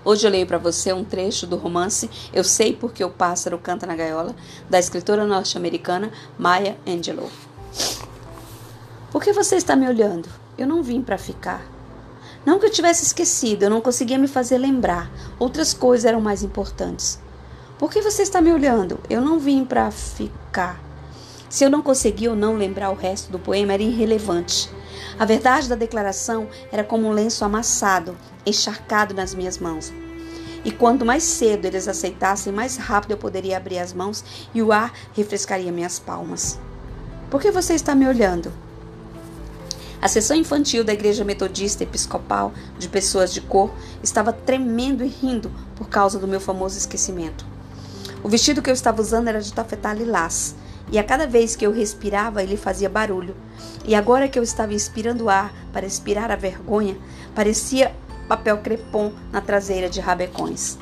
Hoje eu leio para você um trecho do romance Eu Sei Porque o Pássaro Canta na Gaiola, da escritora norte-americana Maya Angelou. Por que você está me olhando? Eu não vim para ficar. Não que eu tivesse esquecido, eu não conseguia me fazer lembrar. Outras coisas eram mais importantes. Por que você está me olhando? Eu não vim para ficar. Se eu não conseguia ou não lembrar o resto do poema, era irrelevante. A verdade da declaração era como um lenço amassado, encharcado nas minhas mãos. E quanto mais cedo eles aceitassem, mais rápido eu poderia abrir as mãos e o ar refrescaria minhas palmas. Por que você está me olhando? A seção infantil da Igreja Metodista Episcopal de Pessoas de Cor estava tremendo e rindo por causa do meu famoso esquecimento. O vestido que eu estava usando era de tafetá lilás, e a cada vez que eu respirava ele fazia barulho. E agora que eu estava inspirando ar para expirar a vergonha, parecia papel crepom na traseira de rabecões.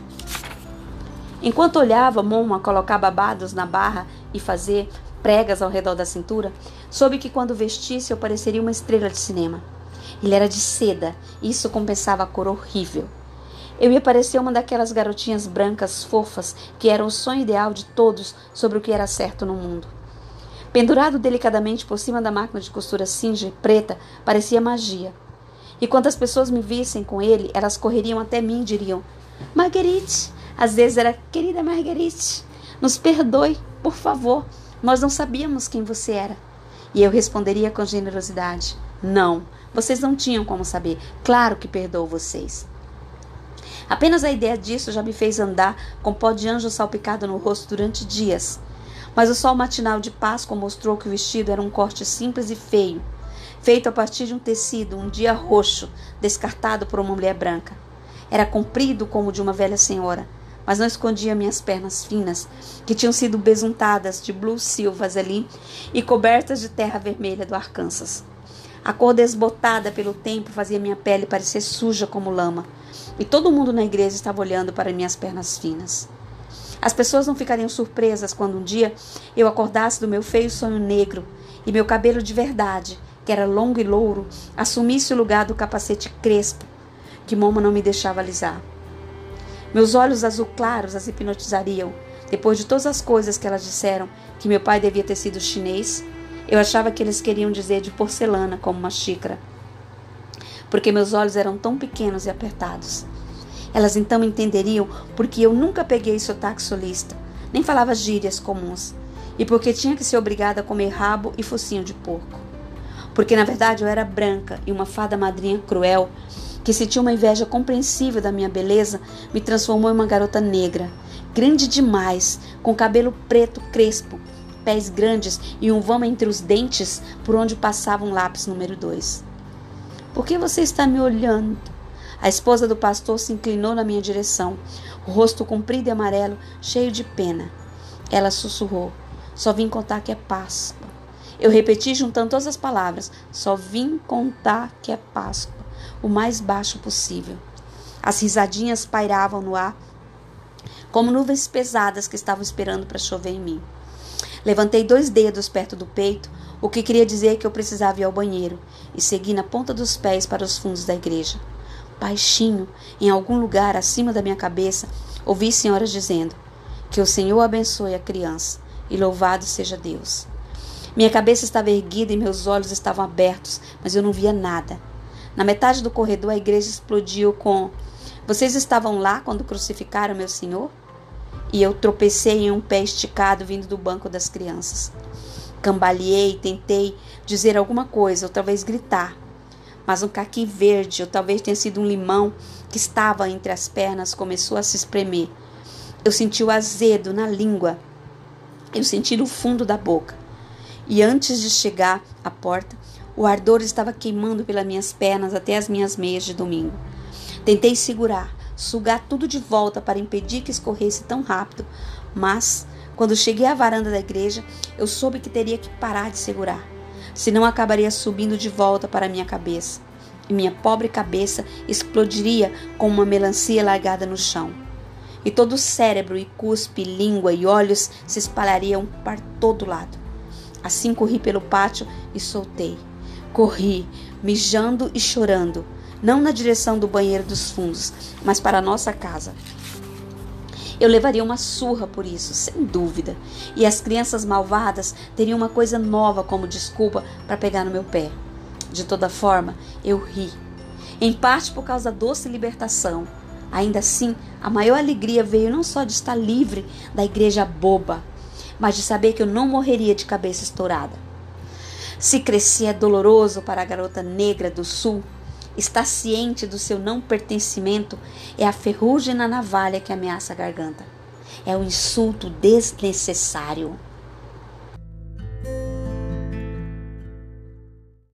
Enquanto olhava Moma colocar babados na barra e fazer pregas ao redor da cintura, soube que quando vestisse eu pareceria uma estrela de cinema. Ele era de seda, e isso compensava a cor horrível. Eu ia parecer uma daquelas garotinhas brancas fofas que eram o sonho ideal de todos sobre o que era certo no mundo. Pendurado delicadamente por cima da máquina de costura cinza e preta, parecia magia. E quando as pessoas me vissem com ele, elas correriam até mim e diriam: Marguerite! Às vezes era: querida Marguerite, nos perdoe, por favor, nós não sabíamos quem você era. E eu responderia com generosidade: não, vocês não tinham como saber, claro que perdoo vocês. Apenas a ideia disso já me fez andar com pó de anjo salpicado no rosto durante dias. Mas o sol matinal de Páscoa mostrou que o vestido era um corte simples e feio, feito a partir de um tecido, um dia roxo, descartado por uma mulher branca. Era comprido como o de uma velha senhora, mas não escondia minhas pernas finas, que tinham sido besuntadas de blue silvazelim e cobertas de terra vermelha do Arkansas. A cor desbotada pelo tempo fazia minha pele parecer suja como lama, e todo mundo na igreja estava olhando para minhas pernas finas. As pessoas não ficariam surpresas quando um dia eu acordasse do meu feio sonho negro e meu cabelo de verdade, que era longo e louro, assumisse o lugar do capacete crespo que Moma não me deixava alisar. Meus olhos azul claros as hipnotizariam. Depois de todas as coisas que elas disseram, que meu pai devia ter sido chinês, eu achava que eles queriam dizer de porcelana, como uma xícara, porque meus olhos eram tão pequenos e apertados. Elas então entenderiam porque eu nunca peguei sotaque sulista, nem falava gírias comuns, e porque tinha que ser obrigada a comer rabo e focinho de porco. Porque na verdade eu era branca e uma fada madrinha cruel, que sentia uma inveja compreensível da minha beleza, me transformou em uma garota negra, grande demais, com cabelo preto crespo, pés grandes e um vão entre os dentes por onde passava um lápis número 2. Por que você está me olhando? A esposa do pastor se inclinou na minha direção, o rosto comprido e amarelo, cheio de pena. Ela sussurrou: só vim contar que é Páscoa. Eu repeti juntando todas as palavras: só vim contar que é Páscoa, o mais baixo possível. As risadinhas pairavam no ar, como nuvens pesadas que estavam esperando para chover em mim. Levantei 2 dedos perto do peito, o que queria dizer que eu precisava ir ao banheiro, e segui na ponta dos pés para os fundos da igreja. Baixinho, em algum lugar acima da minha cabeça, ouvi senhoras dizendo: que o Senhor abençoe a criança, e louvado seja Deus. Minha cabeça estava erguida e meus olhos estavam abertos, mas eu não via nada. Na metade do corredor, a igreja explodiu com: vocês estavam lá quando crucificaram meu Senhor? E eu tropecei em um pé esticado vindo do banco das crianças. Cambaleei, tentei dizer alguma coisa, ou talvez gritar. Mas um caqui verde, ou talvez tenha sido um limão, que estava entre as pernas, começou a se espremer. Eu senti o azedo na língua. Eu senti no fundo da boca. E antes de chegar à porta, o ardor estava queimando pelas minhas pernas até as minhas meias de domingo. Tentei segurar, sugar tudo de volta para impedir que escorresse tão rápido, mas, quando cheguei à varanda da igreja, eu soube que teria que parar de segurar, senão acabaria subindo de volta para minha cabeça, e minha pobre cabeça explodiria como uma melancia largada no chão. E todo o cérebro e cuspe, língua e olhos se espalhariam para todo lado. Assim corri pelo pátio e soltei. Corri, mijando e chorando, não na direção do banheiro dos fundos, mas para a nossa casa. Eu levaria uma surra por isso, sem dúvida, e as crianças malvadas teriam uma coisa nova como desculpa para pegar no meu pé. De toda forma, eu ri, em parte por causa da doce libertação. Ainda assim, a maior alegria veio não só de estar livre da igreja boba, mas de saber que eu não morreria de cabeça estourada. Se crescer é doloroso para a garota negra do sul, estar ciente do seu não pertencimento é a ferrugem na navalha que ameaça a garganta. É um insulto desnecessário.